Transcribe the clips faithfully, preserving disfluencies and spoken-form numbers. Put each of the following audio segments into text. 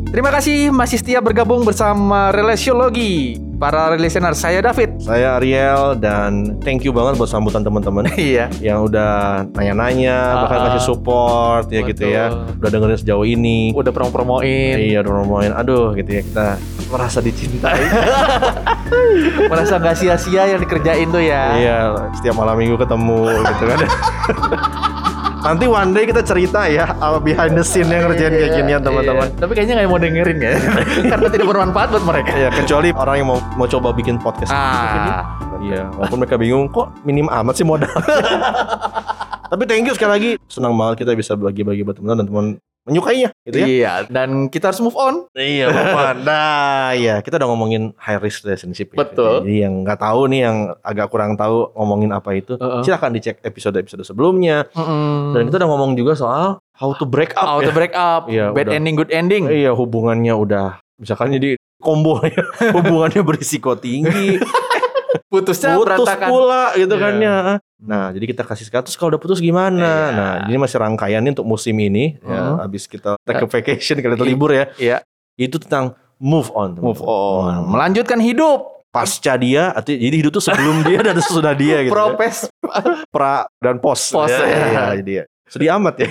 Terima kasih masih setia bergabung bersama Relasiologi. Para listener, saya David. Saya Ariel dan thank you banget buat sambutan teman-teman. Iya. Yang udah nanya-nanya, uh, bahkan kasih support ya betul. gitu ya. Udah dengerin sejauh ini. Udah promo-promoin. Iya, udah promoin. Aduh gitu ya, kita merasa dicintai. Merasa gak sia-sia yang dikerjain tuh ya. Iya, setiap malam minggu ketemu gitu kan. Nanti one day kita cerita ya behind the scene yang ngerjain kayak ginian teman-teman. Iya. Tapi kayaknya gak mau dengerin ya. Karena tidak bermanfaat buat mereka. Ya kecuali orang yang mau mau coba bikin podcast. Ah. Iya, walaupun mereka bingung kok minim amat sih modal. Tapi thank you sekali lagi. Senang banget kita bisa bagi-bagi buat teman-teman dan teman menyukainya gitu ya. Iya, dan kita harus move on. Iya, Bapak. Nah, iya, kita udah ngomongin high risk relationship ya. Betul. Jadi yang nggak tahu nih, yang agak kurang tahu ngomongin apa itu, uh-uh. silakan dicek episode-episode sebelumnya. Mm-mm. Dan kita udah ngomong juga soal how to break up. How ya. to break up. Iya, Bad udah. ending, good ending. Iya, hubungannya udah misalkan jadi combo ya. Hubungannya berisiko tinggi. Putusnya Putus berantakan pula gitu yeah. kan ya. Nah, jadi kita kasih status kalau udah putus gimana. Yeah. Nah, ini masih rangkaian nih untuk musim ini uh-huh. ya, habis kita take a vacation kali itu libur ya. Iya. Itu tentang move on. Move on. Melanjutkan hidup. Pasca dia, arti, jadi hidup tuh sebelum dia dan sesudah dia gitu. Propes. Ya. Pra dan pos. Pos ya. Ya, ya, jadi ya. Sedih amat ya.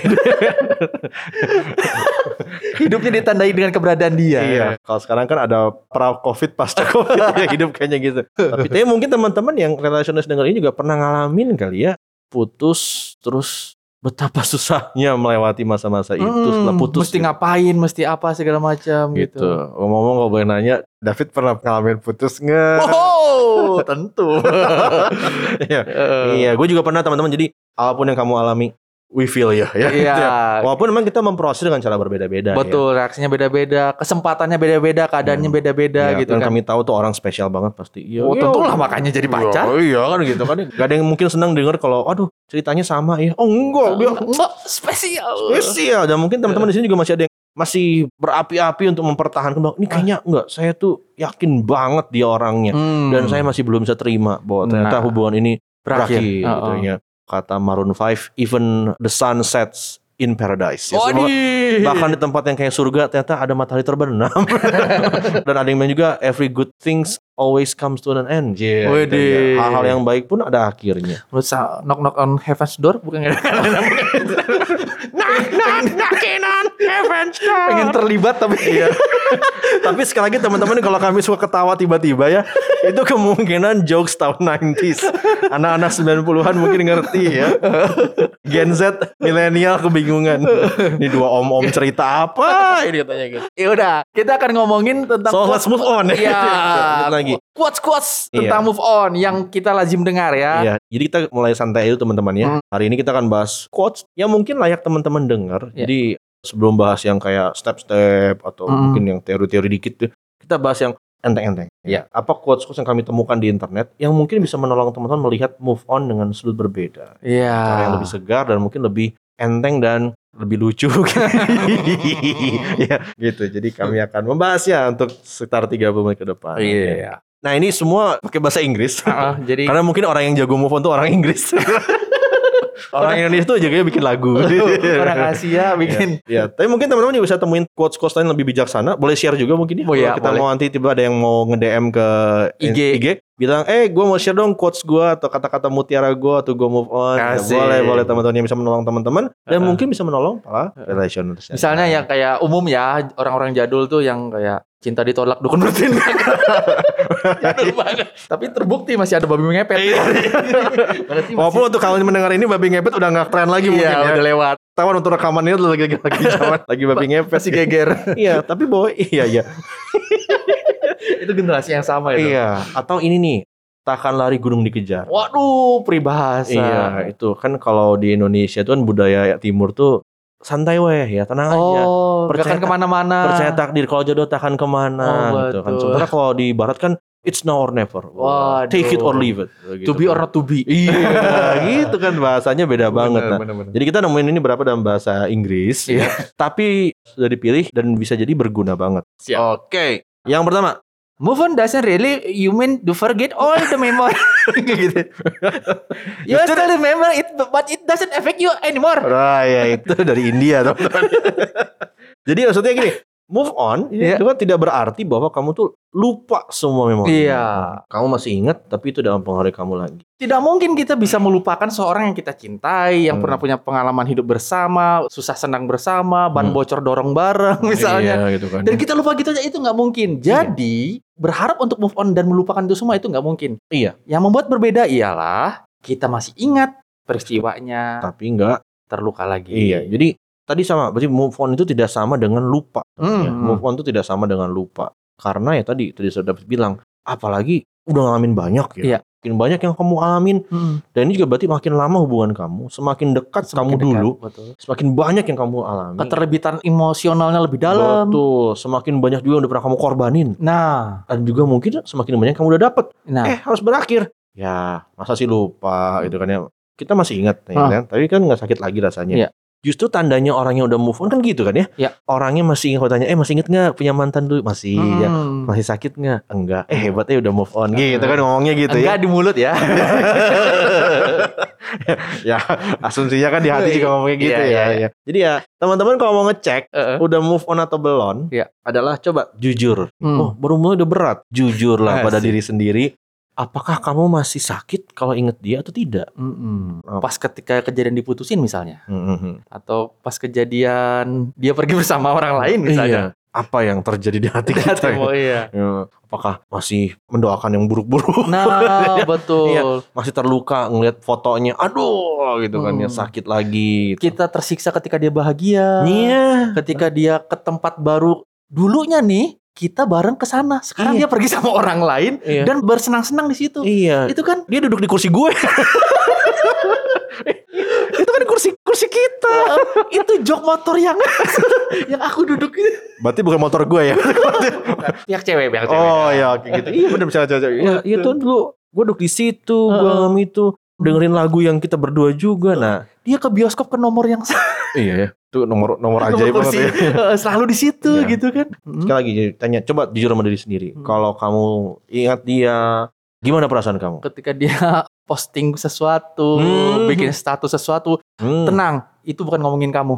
Hidupnya ditandai dengan keberadaan dia. Iya. Kalau sekarang kan ada pra covid pasca covid ya, hidup kayaknya gitu. Tapi, tapi mungkin teman-teman yang relationist denger ini juga pernah ngalamin kali ya, putus terus betapa susahnya melewati masa-masa itu hmm, setelah putus. Mesti gitu. ngapain, mesti apa segala macam gitu. Gitu. Ngomong-ngomong kalau boleh nanya, David pernah ngalamin putus nggak? Oh, tentu. Iya, uh. iya. Gue juga pernah teman-teman. Jadi apapun yang kamu alami, we feel ya. Ya. Iya. Walaupun memang kita memproses dengan cara berbeda-beda. Betul, ya. reaksinya beda-beda, kesempatannya beda-beda, keadaannya hmm. beda-beda ya, gitu dan kan. kami tahu tuh orang spesial banget pasti. Iya, oh, iya, tentulah makanya jadi pacar. Oh iya kan gitu kan. Gak ada yang mungkin senang denger kalau aduh ceritanya sama ya. Oh enggak, dia enggak spesial. Spesial. Dan mungkin teman-teman di sini juga masih ada yang masih berapi-api untuk mempertahankan bahwa ini kayaknya enggak, saya tuh yakin banget dia orangnya. Hmm. Dan saya masih belum bisa terima bahwa ternyata nah, hubungan ini berakhir, berakhir uh-uh. gitu ya. Kata Maroon five, even the sun sets in paradise. Ya, semua, bahkan di tempat yang kayak surga ternyata ada matahari terbenam. Dan ada yang bilang juga every good things always comes to an end. Yeah, gitu ya. Hal-hal yang baik pun ada akhirnya. Menurut saya knock knock on heaven's door bukan nggak? Knock knock knocking on heaven's door. Pengen terlibat tapi. Iya. Tapi sekali lagi teman-teman, kalau kami suka ketawa tiba-tiba ya, itu kemungkinan jokes tahun nineties. Anak-anak sembilan puluhan mungkin ngerti ya. Gen Z milenial kebingungan. Ini dua om-om cerita apa ini katanya gitu. Ya udah, kita akan ngomongin tentang so let's move on ya. Lagi. Quotes-quotes tentang iya. move on yang kita lazim dengar ya. Iya. Jadi kita mulai santai itu teman-teman ya. Hmm. Hari ini kita akan bahas quotes yang mungkin layak teman-teman dengar. Iya. Jadi sebelum bahas yang kayak step-step atau hmm. mungkin yang teori-teori dikit tuh, kita bahas yang enteng-enteng. Ya. Apa quotes-quotes yang kami temukan di internet yang mungkin bisa menolong teman-teman melihat move on dengan sudut berbeda. Iya. Cara yang lebih segar dan mungkin lebih enteng dan lebih lucu. Ya, gitu. Jadi kami akan membahasnya untuk sekitar tiga puluh menit ke depan. Iya. Yeah. Nah, ini semua pakai bahasa Inggris. Uh, jadi karena mungkin orang yang jago move on tuh orang Inggris. Orang Indonesia tuh jaganya bikin lagu. Orang Asia bikin. Ya, ya. Tapi mungkin teman-teman juga bisa temuin quotes-quotes lain lebih bijaksana. Boleh share juga mungkin ya. Oh, ya kita boleh. mau nanti tiba ada yang mau nge-D M ke I G. I G bilang, eh gue mau share dong quotes gue atau kata-kata mutiara gue atau gue move on. Ya, boleh, boleh teman-teman yang bisa menolong teman-teman. Dan uh-uh. mungkin bisa menolong para relationship. Misalnya yang kayak umum ya, orang-orang jadul tuh yang kayak cinta ditolak dukun rutin. Jadul banget. Tapi terbukti masih ada babi ngepet. Walaupun untuk kalian mendengar ini babi ngepet udah gak tren lagi mungkin ya. Iya udah lewat. Tawan untuk rekaman ini lagi lagi lagi zaman lagi babi ngepet. Masih geger. Iya, tapi boy, iya iya. Itu generasi yang sama itu. Iya, atau ini nih, takkan lari gunung dikejar. Waduh, peribahasa. Iya, itu kan kalau di Indonesia itu kan budaya timur tuh santai weh ya, tenang oh, aja. Percaya tak, kemana-mana. Percaya takdir, kalau jodoh takkan kemana oh, gitu kan. Sementara kalau di barat kan it's now or never. Waduh. Take it or leave it. Gitu, to be or not to be. Iya, gitu kan bahasanya beda bener, banget. Nah. Bener, bener. Jadi kita nemuin ini berapa dalam bahasa Inggris. Iya. Ya. Tapi sudah dipilih dan bisa jadi berguna banget. Oke. Okay. Yang pertama. Move on doesn't really you mean to forget all the memory. Gitu. You still remember it, but it doesn't affect you anymore. Nah, ya itu dari India teman-teman. Jadi maksudnya gini, move on Iya. itu kan tidak berarti bahwa kamu tuh lupa semua memori. Iya. Kamu masih ingat tapi itu dalam pengaruh kamu lagi. Tidak mungkin kita bisa melupakan seorang yang kita cintai, yang Hmm. pernah punya pengalaman hidup bersama, susah senang bersama, ban Hmm. bocor dorong bareng misalnya. Iya, gitu kan. Dan kita lupa gitu aja, itu nggak mungkin. Jadi berharap untuk move on dan melupakan itu semua itu nggak mungkin. Iya. Yang membuat berbeda ialah kita masih ingat peristiwanya, Tapi enggak. terluka lagi. Iya. Jadi tadi sama, berarti move on itu tidak sama dengan lupa. Hmm. Ya, move on itu tidak sama dengan lupa. Karena ya tadi tadi sudah bilang, apalagi udah ngalamin banyak ya. Iya. Makin banyak yang kamu alamin. Hmm. Dan ini juga berarti makin lama hubungan kamu, semakin dekat Semakin kamu dekat, dulu, betul. semakin banyak yang kamu alami. Keterlibitan emosionalnya lebih dalam. Betul, semakin banyak juga yang udah pernah kamu korbanin. Nah, Dan juga mungkin semakin banyak yang kamu udah dapet. nah, Eh harus berakhir. Ya masa sih lupa gitu kan ya. Kita masih ingat ya, Ah. kan? Tapi kan gak sakit lagi rasanya. Iya. Justru tandanya orang yang udah move on kan gitu kan ya. Iya. Orangnya masih ingat, kalau tanya, eh masih inget gak punya mantan dulu? Masih ya. hmm. Masih sakit gak? Enggak. Eh hebatnya udah move on gitu kan ngomongnya gitu enggak ya. di mulut ya. Ya asumsinya kan di hati juga ngomongnya gitu Iya, ya, iya, iya. ya. Jadi ya teman-teman kalau mau ngecek Heeh. udah move on atau belum, Iya. adalah coba jujur. Hmm. Oh baru mulai udah berat. Jujurlah pada Asik. diri sendiri. Apakah kamu masih sakit kalau inget dia atau tidak? Mm-mm. Oh. Pas ketika kejadian diputusin misalnya, Mhm. atau pas kejadian dia pergi bersama orang lain misalnya. Iya. Apa yang terjadi di hati kita? Hati-hati, oh iya. Ya, apakah masih mendoakan yang buruk-buruk? Nah, betul. Iya. Masih terluka ngelihat fotonya, aduh gitu kan ya Hmm. sakit lagi. Gitu. Kita tersiksa ketika dia bahagia. Iya. Ketika dia ke tempat baru. Dulunya nih kita bareng ke sana. Sekarang Iya. dia pergi sama orang lain Iya. dan bersenang-senang di situ. Iya. Itu kan Dia duduk di kursi gue. Itu kan kursi kursi kita. itu jok motor yang yang aku duduk itu. Berarti bukan motor gue ya. Pihak cewek, pihak cewek. Oh ya oke gitu. Iya benar bisa cewek. Iya iya tuh dulu gue duduk di situ, gue Heeh. ngalamin itu, dengerin lagu yang kita berdua juga. Nah, Dia ke bioskop ke nomor yang sama. iya ya. Itu nomor nomor Nomor ajaib kursi. banget ya. Eh, Selalu di situ Iya. gitu kan. Hmm. Sekali lagi jadi tanya, coba jujur sama diri sendiri. Hmm. Kalau kamu ingat dia, gimana perasaan kamu? Ketika dia posting sesuatu, Hmm. bikin status sesuatu, Hmm. tenang, itu bukan ngomongin kamu.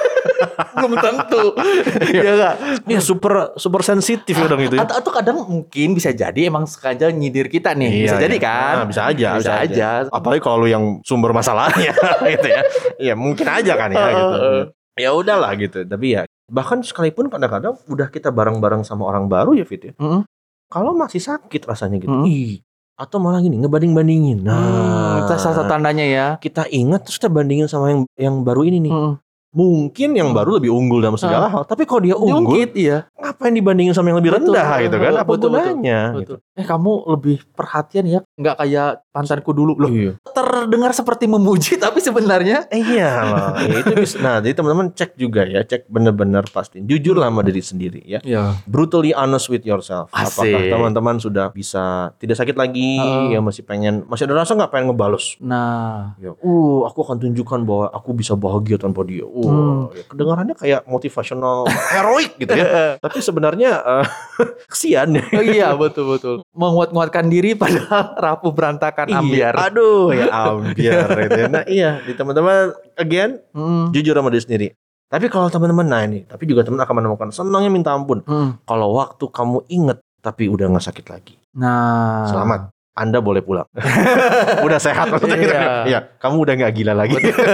Belum tentu. Iya enggak? Iya super super sensitif ya dong itu. Ya. Atau, atau kadang mungkin bisa jadi emang sengaja nyindir kita nih. Iya, bisa iya. jadi kan? Nah, bisa aja, Bisa, bisa aja. Apalagi kalau lu yang sumber masalahnya gitu ya. Iya mungkin aja kan ya gitu. Heeh. Ya udahlah gitu. Tapi ya bahkan sekalipun kadang-kadang udah kita bareng-bareng sama orang baru ya Fit ya. Mm-mm. Kalau masih sakit rasanya gitu. Hmm. Ih, atau malah gini ngebanding-bandingin. Hmm, Nah, itu salah satu tandanya ya. kita ingat terus kita bandingin sama yang yang baru ini nih. Mm. Mungkin yang baru lebih unggul dalam segala hal, tapi kalau dia unggul, Diungkit, iya. ngapain dibandingin sama yang lebih Betul, rendah gitu kan? Apa betul, betul, gunanya? Betul. Gitu. Eh kamu lebih perhatian ya, nggak kayak mantanku dulu loh. Iya. Terdengar seperti memuji tapi sebenarnya Eh, iya loh. Ya, itu bisa. Nah, jadi teman-teman cek juga ya, cek benar-benar pastiin. Jujur lah sama diri sendiri ya. ya. Brutally honest with yourself. Asik. Apakah teman-teman sudah bisa tidak sakit lagi? Heeh. Ya masih pengen, masih ada rasa nggak pengen ngebalas? Nah, Ya, uh, aku akan tunjukkan bahwa aku bisa bahagia tanpa dia. Uh, Hmm. ya, kedengarannya kayak motivational heroik gitu ya. Tapi sebenarnya eh, kesian ya. oh iya betul betul. Menguat-nguatkan diri padahal rapuh berantakan ambiar. Iya, aduh ya ambiar gitu ya. Nah iya di teman-teman again Hmm. jujur sama diri sendiri. Tapi kalau teman-teman nah ini, tapi juga teman akan menemukan senangnya minta ampun. Hmm. Kalau waktu kamu inget tapi udah nggak sakit lagi. Nah, Selamat. Anda boleh pulang. Udah sehat maksudnya gitu. Iya. Iya, kamu udah nggak gila lagi.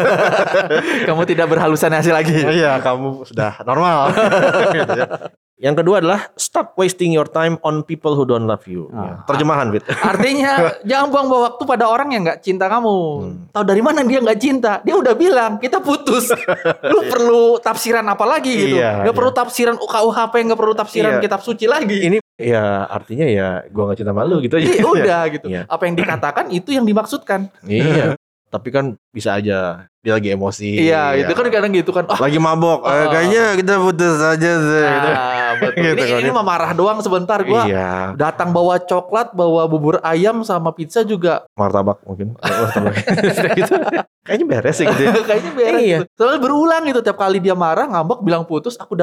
kamu tidak berhalusinasi lagi. Iya, kamu sudah normal. Gitu ya. Yang kedua adalah stop wasting your time on people who don't love you. Ah. Ya, terjemahan, Fit. Artinya jangan buang-buang waktu pada orang yang nggak cinta kamu. Hmm. Tahu dari mana dia nggak cinta? Dia udah bilang kita putus. Lu perlu tafsiran apa lagi gitu? Iya, Gak iya. perlu tafsiran U K U H P, nggak perlu tafsiran Iya. kitab suci lagi. Ini ya artinya ya gua gak cinta sama lu gitu aja. Iya, udah gitu. Iya. Apa yang dikatakan itu yang dimaksudkan. Iya. Tapi kan bisa aja dia lagi emosi. Iya, itu kan kadang gitu kan. Oh, lagi mabok. Eh, Oh. kayaknya kita putus aja sih. gitu. nah, betul. Gitu ini kan, ini ya. mah marah doang sebentar gua. Iya. Datang bawa coklat, bawa bubur ayam sama pizza juga Martabak mungkin. Martabak. gitu. Kayaknya beres sih gitu. ya. kayaknya beres. Iya. Gitu. Soalnya berulang gitu tiap kali dia marah, ngambek, bilang putus, aku datang, udah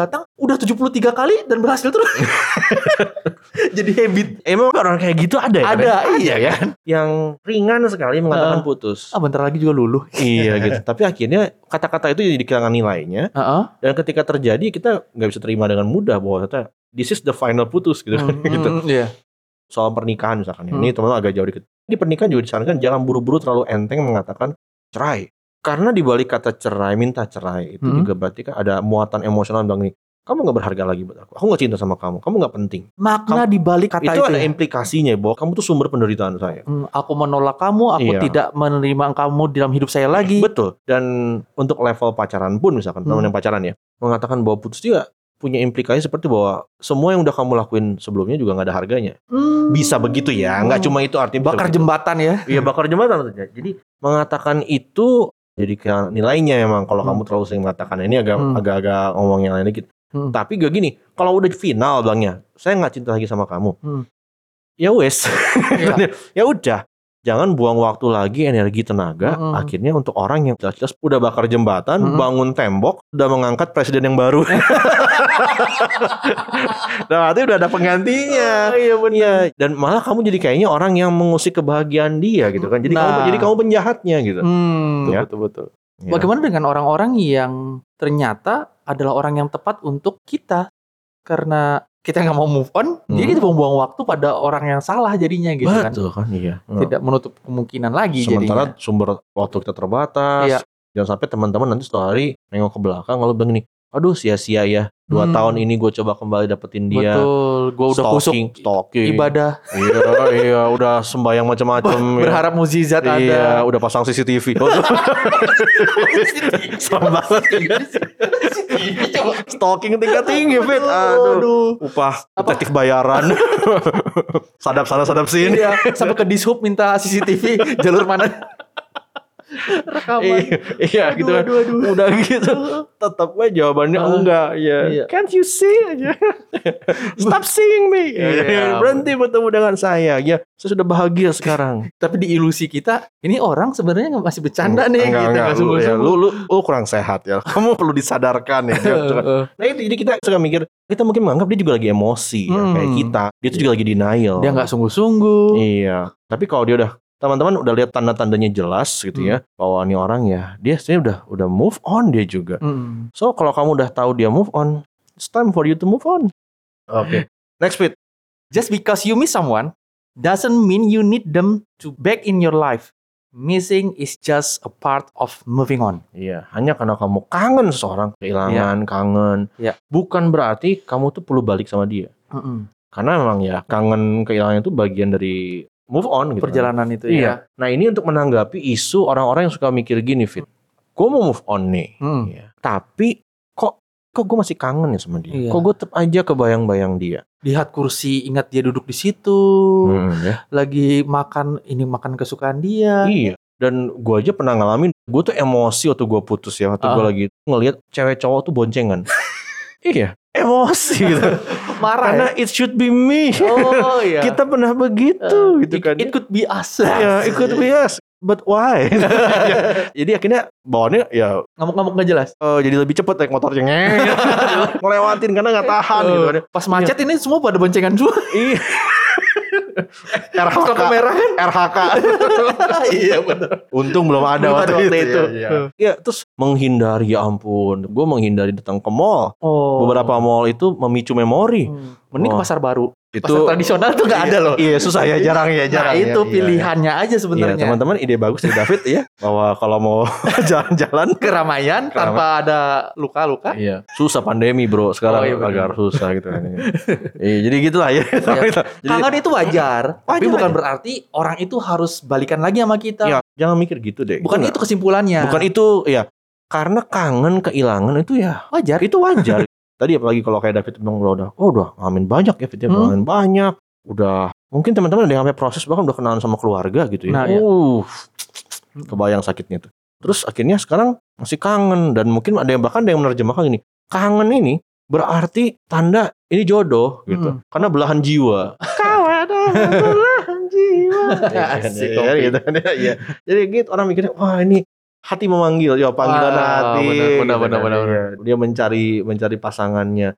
udah tujuh puluh tiga kali dan berhasil terus. Jadi habit. Emang orang kayak gitu ada ya? Ada, kan? iya kan? Yang ringan sekali mengatakan Uh, putus. Ah bentar lagi juga luluh. Iya gitu. Tapi akhirnya kata-kata itu jadi kehilangan nilainya. Uh-uh. Dan ketika terjadi kita nggak bisa terima dengan mudah bahwa ternyata this is the final putus gitu kan. Hmm, gitu. hmm, iya. Soal pernikahan misalkan. Hmm. Ini teman-teman agak jauh dikit. Di pernikahan juga disarankan jangan buru-buru terlalu enteng mengatakan cerai. Karena di balik kata cerai, minta cerai itu Hmm. juga berarti kan ada muatan emosional bilang nih, kamu gak berharga lagi buat aku. Aku gak cinta sama kamu. Kamu gak penting. Makna di balik kata Itu itu, ada ya? implikasinya bahwa kamu tuh sumber penderitaan saya. Hmm, aku menolak kamu, aku Iya. tidak menerima kamu dalam hidup saya lagi. Betul. Dan untuk level pacaran pun misalkan Hmm. teman yang pacaran ya, mengatakan bahwa putus juga punya implikasi seperti bahwa semua yang udah kamu lakuin sebelumnya juga gak ada harganya. Hmm. Bisa begitu ya. Nggak cuma itu artinya. Bakar bisa begitu. jembatan ya. Iya, bakar jembatan maksudnya. Jadi mengatakan itu jadi kayak nilainya emang kalau Hmm. kamu terlalu sering mengatakan ini agak Hmm. agak-agak ngomong yang lain dikit. Hmm. Tapi gak gini, kalau udah final bilangnya, saya nggak cinta lagi sama kamu. Hmm. Ya wes, Iya. ya udah. Jangan buang waktu lagi, energi, tenaga. Hmm. Akhirnya untuk orang yang jelas-jelas udah bakar jembatan, Hmm. bangun tembok, udah mengangkat presiden yang baru. Nah, artinya udah ada penggantinya. Oh, iya benar. Iya, dan malah kamu jadi kayaknya orang yang mengusik kebahagiaan dia gitu kan. Jadi kamu Nah. jadi kamu penjahatnya gitu. Hmm, Ya. betul betul. Ya. Bagaimana dengan orang-orang yang ternyata adalah orang yang tepat untuk kita? Karena kita nggak mau move on, Hmm. jadi kita buang-buang waktu pada orang yang salah jadinya gitu kan. Betul kan, iya. Tidak menutup kemungkinan lagi Sementara jadinya. sumber waktu kita terbatas. Iya. Jangan sampai teman-teman nanti setelah hari nengok ke belakang lalu bilang gini, aduh sia-sia ya. Dua Hmm. tahun ini gue coba kembali dapetin dia. Betul, gue udah Stalking, kusuk stalking. ibadah, Iya, iya, udah sembayang macam-macam. ya. berharap mukjizat Iya, ada. udah pasang C C T V. Serem banget. Stalking tingkat tinggi, Fit. Aduh. Aduh. Upah detektif bayaran. Sadap sana, sadap sini. Iya, sampai ke Dishub minta C C T V jalur mana rekaman. Iya, iya Aduh, gitu kan. aduh, aduh. Udah gitu. Tetap aja jawabannya Ah, enggak. Ya. iya. Can't you see aja. Stop seeing me. Iya. Berhenti bertemu dengan saya. Ya, saya sudah bahagia sekarang. Tapi di ilusi kita, ini orang sebenarnya nggak masih bercanda nih, Enggak, gitu, enggak. nggak Lu, ya, sungguh-sungguh. lu, lu, lu kurang sehat ya. Kamu perlu disadarkan ya. Nah itu jadi kita suka mikir, kita mungkin menganggap dia juga lagi emosi ya, Hmm. kayak kita. Dia tuh juga lagi denial. Dia nggak sungguh-sungguh. Iya. Tapi kalau dia udah teman-teman udah lihat tanda-tandanya jelas gitu ya, bahwa ini orang ya dia sebenarnya udah udah move on dia juga. Hmm. So kalau kamu udah tahu dia move on, it's time for you to move on. Oke. Next bit. Just because you miss someone doesn't mean you need them to back in your life. Missing is just a part of moving on. Iya, hanya karena kamu kangen seseorang, kehilangan, kangen. Iya. Bukan berarti kamu tuh perlu balik sama dia. Mm-mm. Karena memang ya kangen kehilangan itu bagian dari move on gitu. Perjalanan itu Iya. ya. Nah ini untuk menanggapi isu orang-orang yang suka mikir gini, Fit. Gue mau move on nih. Hmm. Iya. Tapi kok kok gue masih kangen ya sama dia. Iya. Kok gue tetap aja kebayang-bayang dia. Lihat kursi, ingat dia duduk di situ, Hmm, ya. lagi makan ini makan kesukaan dia. Iya. Dan gue aja pernah ngalamin, gue tuh emosi waktu gue putus ya. Waktu Ah. gue lagi ngelihat cewek cowok tuh boncengan. Iya. Emosi gitu. Marah Karena ya? it should be me. Oh iya. Kita pernah begitu Eh, gitu it, kan. it could be us. Ya, ikut bias. But why? Jadi akhirnya bawaannya ya Ngamuk-ngamuk nggak jelas. eh, jadi lebih cepet naik motornya. Ngelewatin karena gak tahan gitu kan. Eh, Pas macet ini semua pada boncengan semua. Iya. R H K. Lampu merah kan? R H K. Iya benar. Untung belum ada Belum waktu, ada waktu itu. itu. Ya, ya. Ya, terus menghindari, ya ampun. Gue menghindari datang ke mall. Oh. Beberapa mall itu memicu memori. Hmm. Mending ke Oh. pasar baru. Itu Pasar tradisional tuh nggak iya, ada loh. Iya, susah ya, jarang ya, jarang. Nah ya. itu Iya, pilihannya aja Iya, sebenarnya. teman-teman ide bagus dari David ya. Bahwa kalau mau jalan-jalan Keramaian tanpa ada luka-luka. iya. Susah pandemi bro sekarang Oh, iya, agak benar. susah gitu kan. Iya, jadi gitulah ya. Jadi, Kangen itu wajar, tapi Wajar, bukan wajar. berarti orang itu harus balikan lagi sama kita. ya, jangan mikir gitu deh. Bukan Itu itu kesimpulannya. nggak- Bukan itu ya. Karena kangen kehilangan itu ya wajar. itu wajar. Tadi apalagi kalau kayak David bilang udah, udah oh udah ngalamin banyak ya, Fit, ya, Hmm. ngalamin banyak. Udah mungkin teman-teman ada yang sampai proses bahkan udah kenalan sama keluarga gitu ya. Nah, iya. Uh, kebayang sakitnya tuh. Terus akhirnya sekarang masih kangen dan mungkin ada yang bahkan ada yang menerjemahkan gini, kangen ini berarti tanda ini jodoh gitu. Hmm. Karena belahan jiwa. Kau ada belahan jiwa. Asik, Ya, Kopi. gitu kan ya. Iya. Jadi gitu orang mikirnya wah ini hati memanggil, ya panggilan Wah, hati. benar, benar, gitu benar, kan. benar, Iya. Dia mencari mencari pasangannya.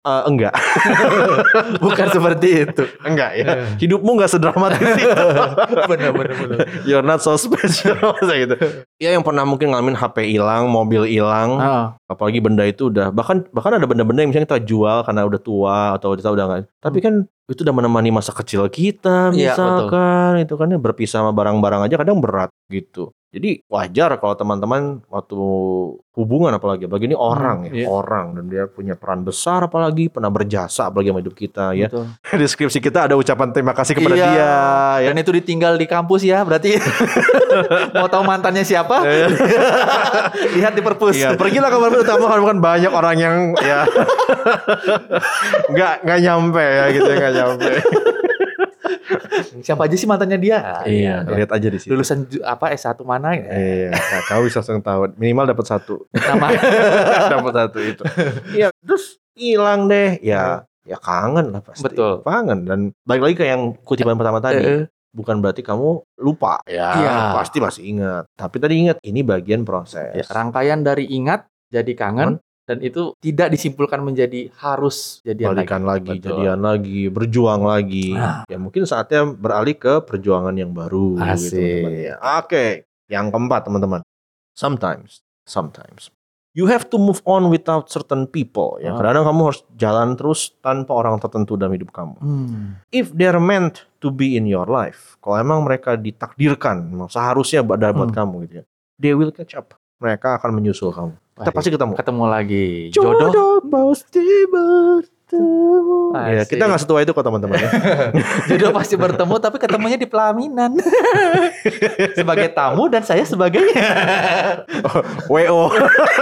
Uh, enggak. Bukan seperti itu. Enggak ya. Hidupmu enggak sedramatis itu. Benar benar benar. You're not so special gitu. Ya yang pernah mungkin ngalamin H P hilang, mobil hilang, Oh. apalagi benda itu udah bahkan bahkan ada benda-benda yang misalnya kita jual karena udah tua atau kita udah enggak. Tapi kan itu udah menemani masa kecil kita Iya, misalkan itu kan ya berpisah sama barang-barang aja kadang berat gitu. Jadi wajar kalau teman-teman waktu hubungan apalagi apalagi ini orang Hmm, ya, iya. orang dan dia punya peran besar apalagi pernah berjasa apalagi sama hidup kita ya. Betul. Di skripsi kita ada ucapan terima kasih kepada Iya. dia ya. Dan itu ditinggal di kampus ya, berarti mau tahu mantannya siapa? Lihat di perpus. Iya, pergilah ke mana utama kan banyak orang yang ya nggak nggak nyampe ya gitu ya nggak nyampe. Siapa aja sih mantannya dia? Iya, lihat aja di situ. Lulusan ju- apa S satu mana ya? Iya, nah, kamu bisa langsung tahu minimal dapat satu. Nama. Dapat satu itu. Iya, terus hilang deh. Ya, ya kangen lah pasti. Betul. Kangen dan balik lagi ke yang kutipan pertama tadi. Eh, eh. Bukan berarti kamu lupa. Ya, Iya. pasti masih ingat. Tapi tadi ingat ini bagian proses. Ya, rangkaian dari ingat jadi kangen dan itu tidak disimpulkan menjadi harus jadian Balikan lagi, lagi. Betul. jadian lagi, berjuang lagi. Ah. Ya mungkin saatnya beralih ke perjuangan yang baru. Asik. Gitu, teman-teman. Ya. Oke, yang keempat teman-teman. Sometimes, sometimes you have to move on without certain people. Ya, Ah. kadang-kadang kamu harus jalan terus tanpa orang tertentu dalam hidup kamu. Hmm. If they're meant to be in your life, kalau emang mereka ditakdirkan, memang seharusnya ada buat Hmm. kamu gitu ya, they will catch up. Mereka akan menyusul kamu. Kita Baik. pasti ketemu. Ketemu lagi. Jodoh. pasti bertemu. Ya, Asik. kita nggak setua itu kok teman-teman ya. Jodoh pasti bertemu tapi ketemunya di pelaminan. Sebagai tamu dan saya sebagai W O.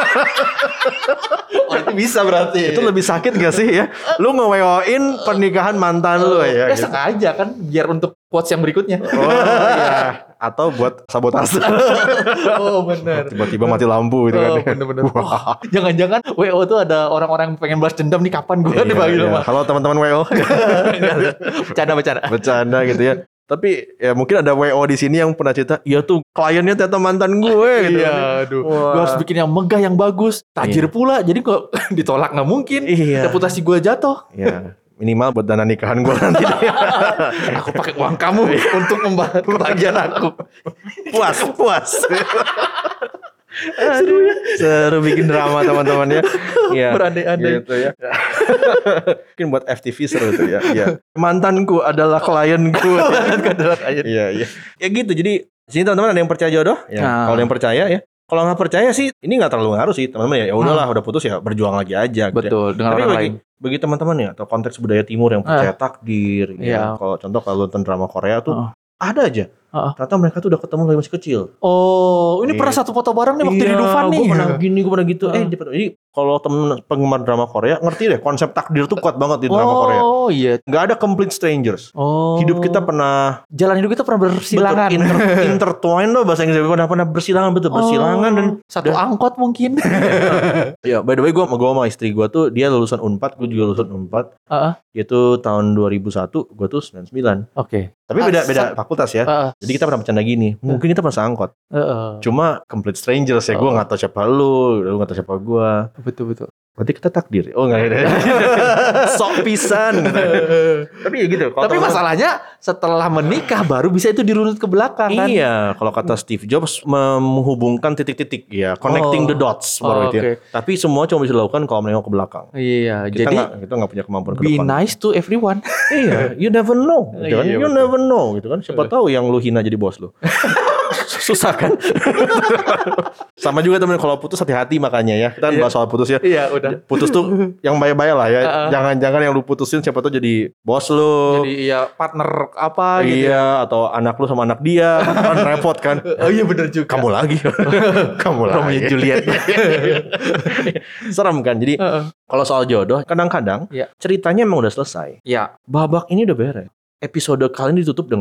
Oh, itu bisa berarti. Itu lebih sakit gak sih ya? Lu nge-W O-in pernikahan mantan lu ya. Ya gitu. sengaja kan biar untuk quotes yang berikutnya. Oh iya. Atau buat sabotase. Oh benar. Tiba-tiba mati lampu gitu kan. Oh, bener-bener. Wah, jangan-jangan W O tuh ada orang-orang yang pengen balas dendam nih kapan gue Iya, dibagi iya. rumah. Halo teman-teman W O. Bercanda-bercanda. Bercanda gitu ya. Tapi ya mungkin ada W O di sini yang pernah cerita, iya tuh kliennya ternyata mantan gue gitu. Iya, aduh. Wah. Gue harus bikin yang megah, yang bagus. Tajir Iya. pula, jadi kok ditolak nggak mungkin. Iya. Reputasi gue jatuh. Ya, minimal buat dana nikahan gue nanti. Aku pakai uang kamu untuk membantu kebahagiaan aku. Puas, puas. Seru ya. Seru bikin drama teman-teman ya. Iya. Berandai-andai. Gitu ya. Mungkin buat F T V seru tuh ya. Iya. Mantanku adalah klienku. Iya, iya. Ya gitu. Jadi sini teman-teman ada yang percaya jodoh? Ya. Nah. Kalau ada yang percaya ya. Kalau nggak percaya sih ini nggak terlalu ngaruh sih teman-teman ya. Ya udahlah udah putus ya berjuang lagi aja. Gitu ya. Betul, dengan Tapi orang bagi, lain. bagi teman-teman ya atau konteks budaya timur yang percaya takdir. Iya. Ya. Kalau contoh kalau nonton drama Korea tuh Heeh. ada aja. Heeh. Ternyata mereka tuh udah ketemu dari masih kecil. Oh, ini Iya. pernah satu foto bareng nih waktu di Dufan nih. Gue pernah gini, gue pernah gitu. Eh, Heeh. dia pernah- jadi kalau temen penggemar drama Korea ngerti deh konsep takdir tuh kuat banget di drama Korea. Oh iya. Nggak ada complete strangers. Oh. Hidup kita pernah jalan hidup kita pernah bersilangan. betul, inter, intertwine loh bahasa Inggris. Pernah pernah bersilangan betul bersilangan dan Oh, satu angkot mungkin. ya by the way gue sama gue sama istri gue tuh dia lulusan Unpad, gue juga lulusan Unpad. Heeh. Dia tuh tahun dua ribu satu, gue tuh sembilan puluh sembilan. Oke. Tapi beda beda fakultas ya. Heeh. Jadi kita pernah bercanda gini, mungkin kita pernah seangkot. Heeh. Cuma complete strangers ya. Gue Oh. nggak tahu siapa lu, lu nggak tahu siapa gue. Betul betul. Berarti kita takdir. Oh enggak ada. Sok pisan. Tapi ya gitu. kalau Tapi teman- masalahnya setelah menikah baru bisa itu dirunut ke belakang kan. Iya, kalau kata Steve Jobs menghubungkan titik-titik ya, connecting Oh. the dots Oh, baru itu ya. oke. Tapi semua cuma bisa dilakukan kalau menengok ke belakang. Iya, Kita jadi nggak kita nggak punya kemampuan ke be depan. nice to everyone. Iya, you never know. Gitu kan? Iya, You betul. never know gitu kan. Siapa tahu yang lu hina jadi bos lu. Susah kan? Sama juga temen kalau putus hati-hati makanya ya. Kita kan Iya. bahas soal putus ya. Iya, udah. Putus tuh yang bayar-bayar lah ya. Uh-uh. Jangan-jangan yang lu putusin siapa tahu jadi bos lu. Jadi ya partner apa gitu. Iya, atau anak lu sama anak dia kan repot kan. Oh iya benar juga. Kamu lagi, kamu Romeo lagi. Juliet. Serem kan. Jadi Heeh. kalau soal jodoh, kadang-kadang Iya. ceritanya emang udah selesai. Iya. Babak ini udah beres. Episode kali ini ditutup dengan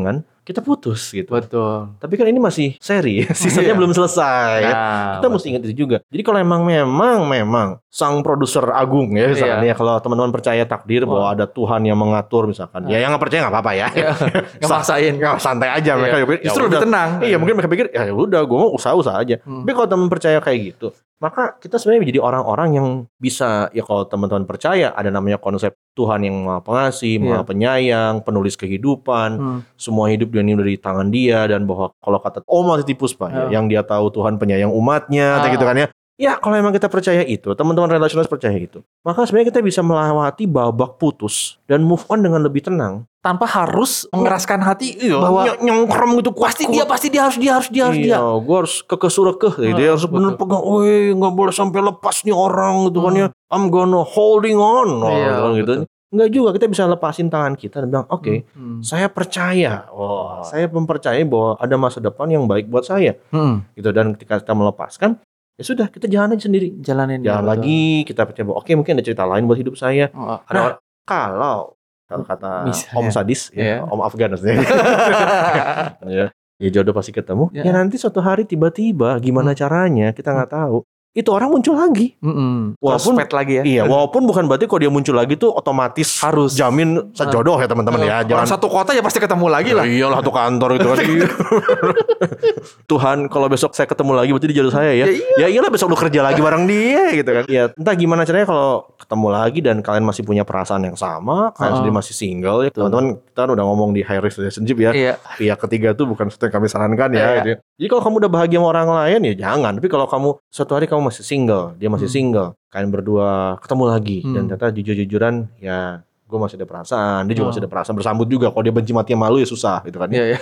kita putus gitu. Betul. Tapi kan ini masih seri, seasonnya Iya. belum selesai. Nah, Kita mesti ingat itu juga. Jadi kalau emang memang memang sang produser agung ya misalkan Iya. ya, kalau teman-teman percaya takdir Wah. bahwa ada Tuhan yang mengatur misalkan. Ya yang nggak percaya nggak apa-apa ya. Iya. Nggak maksain. Ya, santai aja mereka. Iya. Ya, Justru udah. lebih tenang. Iya, mungkin mereka pikir ya udah gue mau usaha-usaha aja. Hmm. Tapi kalau teman percaya kayak gitu, maka kita sebenarnya menjadi orang-orang yang bisa, ya kalau teman-teman percaya ada namanya konsep Tuhan yang Maha Pengasih, Maha Iya. Penyayang, penulis kehidupan, Hmm. semua hidup ini udah di tangan Dia, dan bahwa kalau kata Oma Titipus Pak, ya, Ya. yang dia tahu Tuhan penyayang umatnya, Ah. gitu kan ya. Ya kalau emang kita percaya itu, teman-teman relasionalis percaya itu, maka sebenarnya kita bisa melewati babak putus dan move on dengan lebih tenang. Tanpa harus mengeraskan hati bahwa Ny- nyengkrem gitu, pasti dia, pasti dia harus dia harus dia harus dia. Iya, gue harus kekeh surekeh. Ah, Dia harus bener betul. pegang, woi nggak boleh sampai lepas nih orang gitu kan Hmm. ya. I'm gonna holding on, oh, Iya, gitu. betul. Enggak juga, kita bisa lepasin tangan kita dan bilang, oke, Hmm. saya percaya, wah, saya mempercayai bahwa ada masa depan yang baik buat saya, Hmm. gitu. Dan ketika kita melepaskan, ya sudah, kita jalan aja sendiri. Jalanin Jalan ya, betul. lagi, kita percaya bahwa oke, mungkin ada cerita lain buat hidup saya. Oh, ada Nah, orang- kalau kalau kata Misalnya. Om Sadis, ya, Iya. Om Afgan maksudnya. ya, ya jodoh pasti ketemu. Ya. Ya, nanti suatu hari tiba-tiba gimana Hmm. caranya kita nggak tahu. Itu orang muncul lagi. Mm-mm. Walaupun- Prospek lagi ya. Iya, walaupun bukan berarti kalau dia muncul lagi tuh otomatis Harus. jamin sejodoh ya teman-teman ya. Orang Jangan satu kota ya pasti ketemu lagi lah. Ya iyalah, satu kantor itu kan. Tuhan, kalau besok saya ketemu lagi berarti dia jodoh saya ya. Ya iya. Ya iyalah, besok lu kerja lagi bareng dia gitu kan. Ya entah gimana caranya kalau ketemu lagi dan kalian masih punya perasaan yang sama, kalian Oh. sendiri masih single ya. Teman-teman, kita kan udah ngomong di high risk relationship ya. Iya. Pihak ketiga tuh bukan sesuatu yang kami sarankan ya. Iya. Gitu ya. Jadi kalau kamu udah bahagia sama orang lain ya jangan. Tapi kalau kamu suatu hari kamu masih single, dia masih Hmm. single, kalian berdua ketemu lagi dan Hmm. ternyata jujur-jujuran ya gue masih ada perasaan, dia juga Oh. masih ada perasaan, bersambut juga. Kalau dia benci mati sama lu ya susah gitu kan. Iya, iya.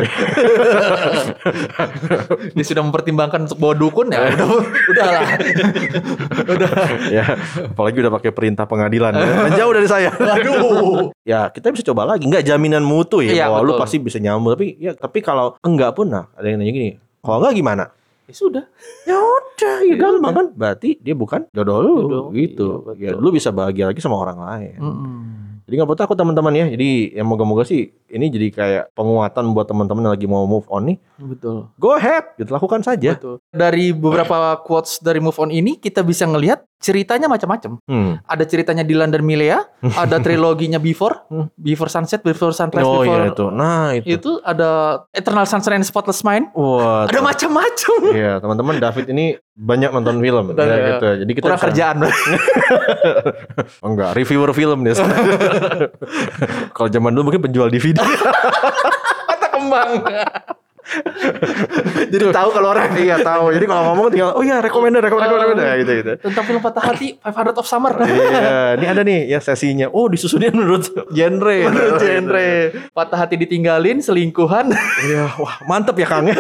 Dia sudah mempertimbangkan untuk bawa dukun ya. Udah, udahlah. Udah. Ya, apalagi udah pakai perintah pengadilan ya. Dan jauh dari saya. Waduh. Ya, kita bisa coba lagi, nggak jaminan mutu ya Iya, bahwa lu betul. pasti bisa nyambung, tapi ya tapi kalau enggak pun, nah ada yang nanya gini, kalau enggak gimana? Ya sudah. Ya udah, ya gampang kan? Berarti dia bukan jodoh lu Jodoh. gitu. Iya, Ya betul. lu bisa bahagia lagi sama orang lain. Mm-mm. Jadi nggak perlu takut teman-teman ya. Jadi ya moga-moga sih ini jadi kayak penguatan buat teman-teman yang lagi mau move on nih. Betul. Go ahead, gitu, lakukan saja. Betul. Dari beberapa quotes dari Move On ini kita bisa ngelihat ceritanya macam-macam. Hmm. Ada ceritanya Dylan dan Milea, ada triloginya Before, Hmm. Before Sunset, Before Sunrise, Oh Before iya itu. Nah itu. itu ada Eternal Sunshine and Spotless Mind. Wah. Ada macam-macam. Iya, teman-teman, David ini banyak nonton film Dan, ya, ya, gitu. Jadi kita Kurang bisa- kerjaan. Oh, enggak, reviewer film nih. Kalau zaman dulu mungkin penjual D V D. Mata kembang. Jadi tahu kalau orang Iya, tahu. Jadi kalau ngomong tinggal oh iya, recommended, recommended, recommended. Ya, gitu gitu. tentang film Patah Hati five hundred of Summer. Iya, ini ada nih ya sesinya. Oh, disusunnya menurut genre. Menurut genre. Patah hati ditinggalin, selingkuhan Iya, wah, mantep ya Kang.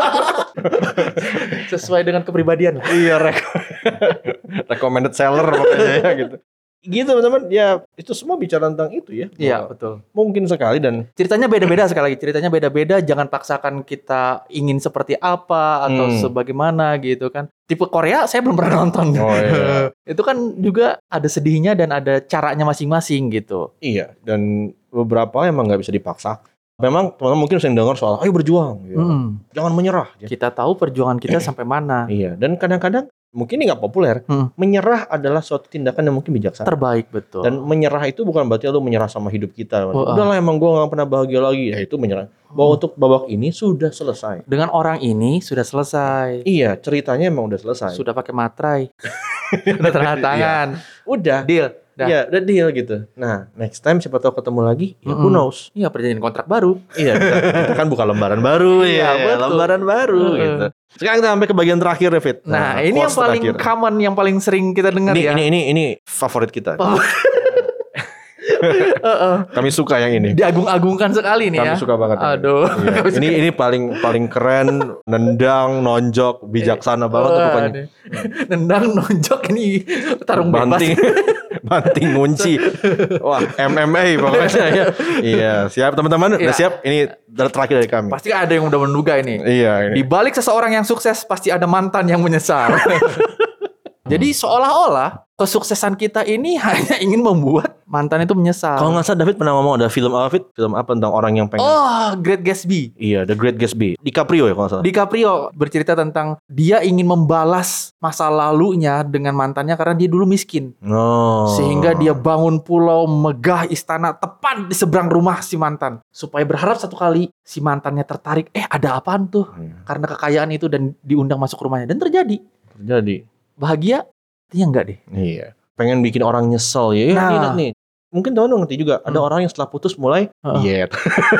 sesuai dengan kepribadian. Iya, rek- recommended seller pokoknya ya gitu. Gitu teman-teman, ya itu semua bicara tentang itu ya. Iya, Bahwa betul. Mungkin sekali dan Ceritanya beda-beda sekali lagi. Ceritanya beda-beda. Jangan paksakan kita ingin seperti apa atau Hmm. sebagaimana gitu kan. Tipe Korea saya belum pernah nonton. Oh, iya. Itu kan juga ada sedihnya dan ada caranya masing-masing gitu. iya, dan beberapa emang nggak bisa dipaksa. Memang teman-teman mungkin sering dengar soal ayo berjuang, gitu. Hmm. Jangan menyerah. gitu. Kita tahu perjuangan kita sampai mana. Iya, dan kadang-kadang mungkin ini nggak populer. Hmm. Menyerah adalah suatu tindakan yang mungkin bijaksana. Terbaik, betul. Dan menyerah itu bukan berarti lu menyerah sama hidup kita. Oh, ah. Udahlah emang gue gak pernah bahagia lagi. Ya itu menyerah. Bahwa untuk babak ini sudah selesai. Dengan orang ini sudah selesai. Iya, ceritanya emang udah selesai. Sudah pakai materai. Udah tanda tangan. Udah. Deal. Dah. Iya, udah deal gitu. Nah, next time siapa tahu ketemu lagi, ya who Mm-mm. knows. Iya, perjanjian kontrak baru. Iya, kita, kita kan buka lembaran baru Iya, ya. betul. Lembaran baru Heeh. gitu. Sekarang kita sampai ke bagian terakhir, David. Nah, ini yang quotes paling terakhir. common, yang paling sering kita dengar ini, ya. ini ini ini favorit kita. Heeh. Kami suka yang ini. Diagung-agungkan sekali nih Kami ya. suka banget. ini. Aduh. Iya. Kami Ini suka. ini paling paling keren, nendang, nonjok, bijaksana banget tuh Wah, pokoknya. nih. Nendang, nonjok, ini tarung bebas. Banting, banting ngunci. Wah, M M A pokoknya ya. Iya, siap teman-teman. Udah Iya. siap? Ini terakhir dari kami. Pasti ada yang udah menduga ini. Iya, Di ini. balik seseorang yang sukses pasti ada mantan yang menyesal. Jadi seolah-olah kesuksesan kita ini hanya ingin membuat mantan itu menyesal. Kalau nggak salah David pernah ngomong ada film apa David? Film apa tentang orang yang pengen? Oh, Great Gatsby. Iya, The Great Gatsby. DiCaprio ya kalau nggak salah. DiCaprio bercerita tentang dia ingin membalas masa lalunya dengan mantannya karena dia dulu miskin. Oh. Sehingga dia bangun pulau megah istana tepat di seberang rumah si mantan. Supaya berharap satu kali si mantannya tertarik. Eh ada apaan tuh? Hmm. Karena kekayaan itu dan diundang masuk rumahnya. Dan terjadi. Terjadi. Bahagia? Dia enggak deh. Iya. Pengen bikin orang nyesel ya. Nah. Ingat nih. Mungkin teman-teman ngerti juga. Ada Hmm. orang yang setelah putus mulai Uh-uh. diet.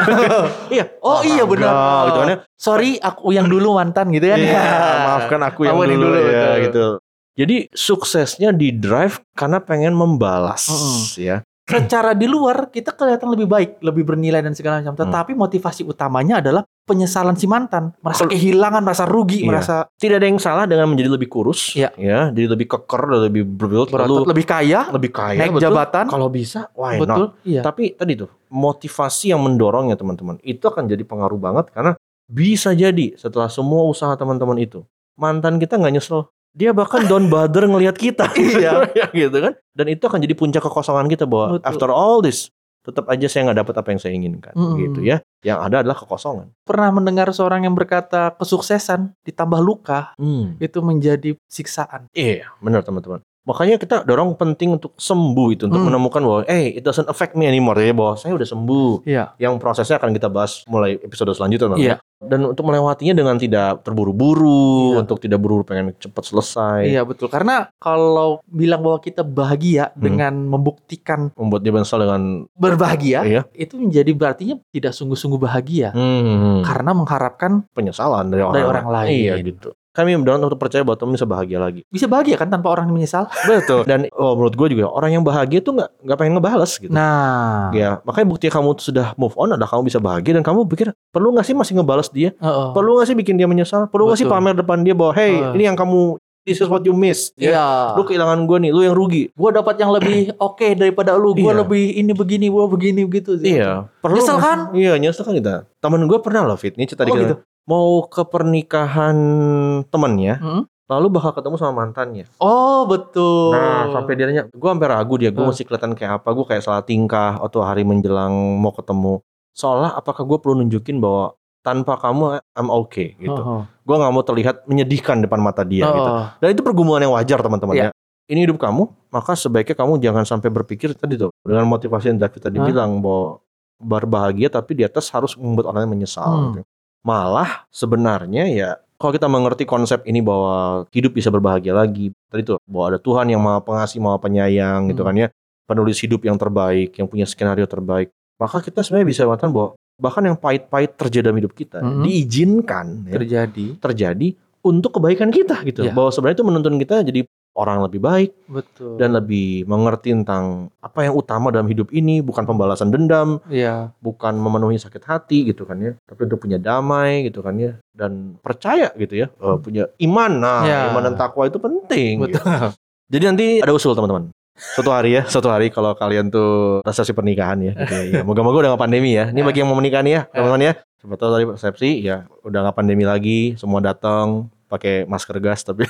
Iya. Oh iya benar. Olahraga, gitu kan ya. Sorry aku yang dulu mantan gitu kan. Iya, maafkan aku yang Kamu yang dulu, dulu, ya betul. gitu. Jadi suksesnya di drive karena pengen membalas Mm-mm. ya. Secara di luar kita kelihatan lebih baik, lebih bernilai dan segala macam. Tetapi motivasi utamanya adalah penyesalan si mantan, merasa Kalau- kehilangan, merasa rugi, Iya. merasa Tidak ada yang salah dengan menjadi lebih kurus, Iya. ya, jadi lebih keker, lebih berbuild, berotot, lalu lebih kaya, lebih kaya, naik betul. jabatan. Kalau bisa, why Betul, not? iya. Tapi tadi tuh motivasi yang mendorongnya teman-teman itu akan jadi pengaruh banget karena bisa jadi setelah semua usaha teman-teman itu mantan kita nggak nyesel. Dia bahkan don't bother ngelihat kita. Iya. gitu kan. Dan itu akan jadi puncak kekosongan kita bahwa Betul. after all this tetap aja saya nggak dapat apa yang saya inginkan Mm-mm. gitu ya. Yang ada adalah kekosongan. Pernah mendengar seorang yang berkata kesuksesan ditambah luka Hmm. itu menjadi siksaan. Iya, benar teman-teman. Makanya kita dorong penting untuk sembuh itu, untuk Hmm. menemukan bahwa eh it doesn't affect me anymore ya, bahwa saya udah sembuh. Iya. Yang prosesnya akan kita bahas mulai episode selanjutnya teman-teman. Iya. Dan untuk melewatinya dengan tidak terburu-buru, Iya. untuk tidak buru pengen cepat selesai, Iya betul. Karena kalau bilang bahwa kita bahagia Hmm. dengan membuktikan membuat dia menyesal dengan berbahagia, Iya. itu menjadi berartinya tidak sungguh-sungguh bahagia. hmm, Karena mengharapkan penyesalan dari orang, Dari orang lain. Iya gitu. Kami mendorong untuk percaya bahwa teman bisa bahagia lagi. bisa bahagia kan tanpa orang yang menyesal. Betul. Dan oh, menurut gue juga orang yang bahagia tuh nggak nggak pengen ngebales gitu. Nah, Ya, makanya bukti kamu tuh sudah move on adalah kamu bisa bahagia dan kamu pikir perlu nggak sih masih ngebales dia? Heeh. Perlu nggak sih bikin dia menyesal? Perlu nggak sih Betul. pamer depan dia bahwa hey Uh. ini yang kamu this is what you miss? Ya, Iya. lu kehilangan gue nih, lu yang rugi. Gua dapat yang lebih oke daripada lu. Gua Iya. lebih ini begini, gua begini begitu. Iya. Perlu Nyesel nggak kan? sih? Iya nyesel kan kita. Temen gue pernah loh Fit, ini cerita Oh, dikit. gitu? Mau ke pernikahan temennya, Hmm? lalu bakal ketemu sama mantannya. Oh betul. Nah, sampai dia nanya, gue sampai ragu dia, gue Uh. masih kelihatan kayak apa, gue kayak salah tingkah atau hari menjelang mau ketemu. Seolah apakah gue perlu nunjukin bahwa tanpa kamu I'm okay gitu. Oh, oh. Gue nggak mau terlihat menyedihkan depan mata dia Oh, gitu. Dan itu pergumulan yang wajar teman-teman Iya. ya. Ini hidup kamu, maka sebaiknya kamu jangan sampai berpikir tadi tuh dengan motivasi yang David tadi Hah? bilang bahwa berbahagia tapi di atas harus membuat orang menyesal. Hmm. Gitu. Malah sebenarnya ya kalau kita mengerti konsep ini bahwa hidup bisa berbahagia lagi, tadi tuh bahwa ada Tuhan yang maha pengasih, maha penyayang gitu Hmm. kan ya, penulis hidup yang terbaik, yang punya skenario terbaik, maka kita sebenarnya bisa mengatakan bahwa bahkan yang pahit-pahit terjadi dalam hidup kita Hmm. diizinkan ya, terjadi. terjadi untuk kebaikan kita gitu. Iya. Bahwa sebenarnya itu menuntun kita jadi orang lebih baik Betul. dan lebih mengerti tentang apa yang utama dalam hidup ini, bukan pembalasan dendam, Iya. bukan memenuhi sakit hati gitu kan ya, tapi untuk punya damai gitu kan ya, dan percaya gitu ya, eh, punya iman. Nah, Ya. iman dan takwa itu penting. Betul. Gitu. Jadi nanti ada usul teman-teman. Suatu hari ya, suatu hari kalau kalian tuh resepsi pernikahan ya, gitu ya. Ya, moga-moga udah gak pandemi ya. Ini bagi yang mau menikah nih ya, teman-teman ya. Siapa tahu tadi resepsi ya udah gak pandemi lagi, semua datang pakai masker gas tapi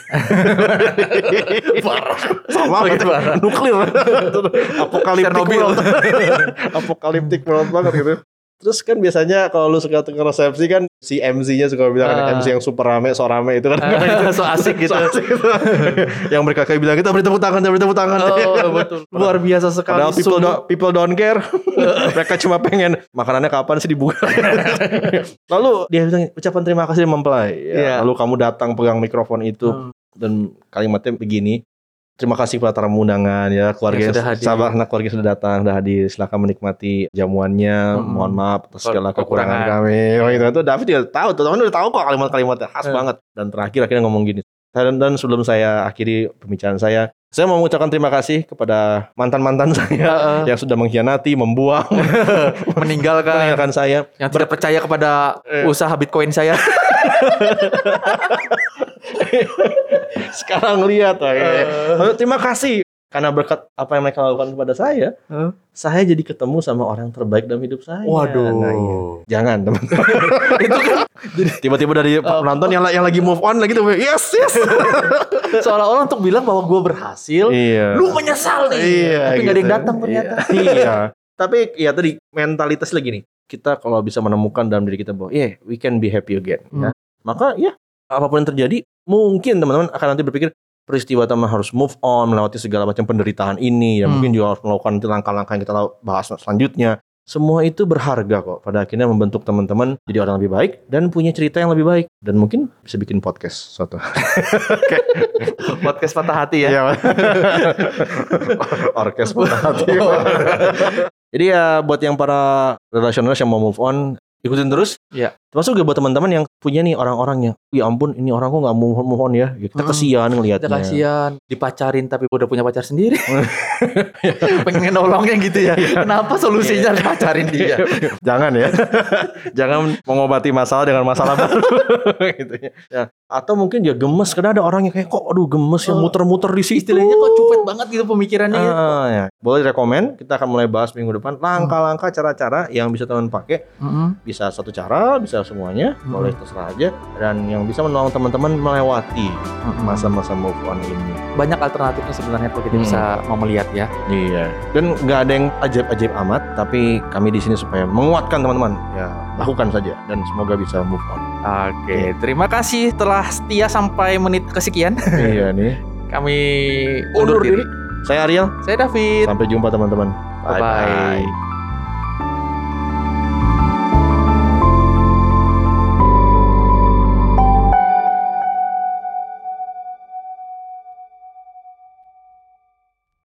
sama Makin gitu. parah. Nuklir apokaliptik Chernobyl. world. Apokaliptik world banget gitu. Terus kan biasanya kalau lu suka ke resepsi kan si M C-nya suka bilang kan, Ah. M C yang super rame, so rame itu kan. So asik gitu. So asik gitu. Yang mereka kayak bilang kita beri tepuk tangan, kita beri tepuk tangan. Oh betul. Luar biasa sekali. Padahal people, sungguh. do- people don't care. Mereka cuma pengen makanannya kapan sih dibuka. Lalu dia bilang ucapan terima kasih mempelai. Ya, Iya. Lalu kamu datang pegang mikrofon itu Hmm. dan kalimatnya begini. Terima kasih kepada tamu undangan ya, keluarga Yang sudah hadir. sahabat anak keluarga sudah datang, sudah hadir. Silakan menikmati jamuannya. Hmm. Mohon maaf atas segala Kekurangan. kekurangan kami. Oh, itu itu David juga tahu, teman-teman udah tahu kok kalimat-kalimatnya khas Hmm. banget. Dan terakhir akhirnya ngomong gini. Dan, dan sebelum saya akhiri pembicaraan saya, saya mau mengucapkan terima kasih kepada mantan-mantan saya Heeh. yang sudah mengkhianati, membuang, Meninggalkan meninggalkan saya. yang tidak percaya kepada Eh. usaha Bitcoin saya. Sekarang lihat, wah, ya. Terima kasih karena berkat apa yang mereka lakukan kepada saya, Huh? saya jadi ketemu sama orang terbaik dalam hidup saya. Waduh. Nah, iya. Jangan teman-teman. Itu kan Tiba-tiba dari Oh. penonton yang yang lagi move on lagi tuh, yes yes. seolah-olah untuk bilang bahwa gue berhasil, Iya. lu menyesal nih. Iya, Tapi nggak ada yang gitu. datang ternyata. Iya. Tapi ya tadi mentalitas lagi nih. Kita kalau bisa menemukan dalam diri kita bahwa yeah, we can be happy again. Ya. Hmm. Maka ya apapun yang terjadi, mungkin teman-teman akan nanti berpikir peristiwa teman harus move on melewati segala macam penderitaan ini. Ya Hmm. mungkin juga harus melakukan nanti langkah-langkah yang kita bahas selanjutnya. Semua itu berharga kok. Pada akhirnya membentuk teman-teman jadi orang lebih baik dan punya cerita yang lebih baik dan mungkin bisa bikin podcast suatu. Podcast patah hati ya. Iya. Orkes patah hati. Jadi ya buat yang para relasionalis yang mau move on, ikutin terus. Iya. Termasuk juga buat teman-teman yang punya nih orang-orang yang, ya ampun ini orang kok nggak move on, move on ya. Kita Hmm. kesian ngelihatnya. Kita kasihan dipacarin tapi udah punya pacar sendiri. Pengen nolongnya gitu ya. Kenapa solusinya pacarin dia? Jangan ya. Jangan mengobati masalah dengan masalah baru. gitu ya. Ya. Atau mungkin dia gemes karena ada orang yang kayak kok aduh gemes yang Oh. muter-muter di situ. Istilahnya kok cupet banget gitu pemikirannya ya. Ah, ya. Boleh rekomen, kita akan mulai bahas minggu depan langkah-langkah cara-cara yang bisa teman pakai. Mm-mm. Bisa satu cara, bisa semuanya, Hmm. boleh terserah aja, dan yang bisa menolong teman-teman melewati Mm-mm. masa-masa move on ini. Banyak alternatifnya sebenarnya kalau kita Hmm. bisa mau melihat ya. Iya. Dan nggak ada yang ajaib-ajaib amat, tapi kami di sini supaya menguatkan teman-teman. Ya lakukan saja dan semoga bisa move on. Oke, terima kasih telah setia sampai menit kesekian. Iya nih. Kami undur diri. Saya Ariel. Saya David. Sampai jumpa teman-teman. Bye-bye.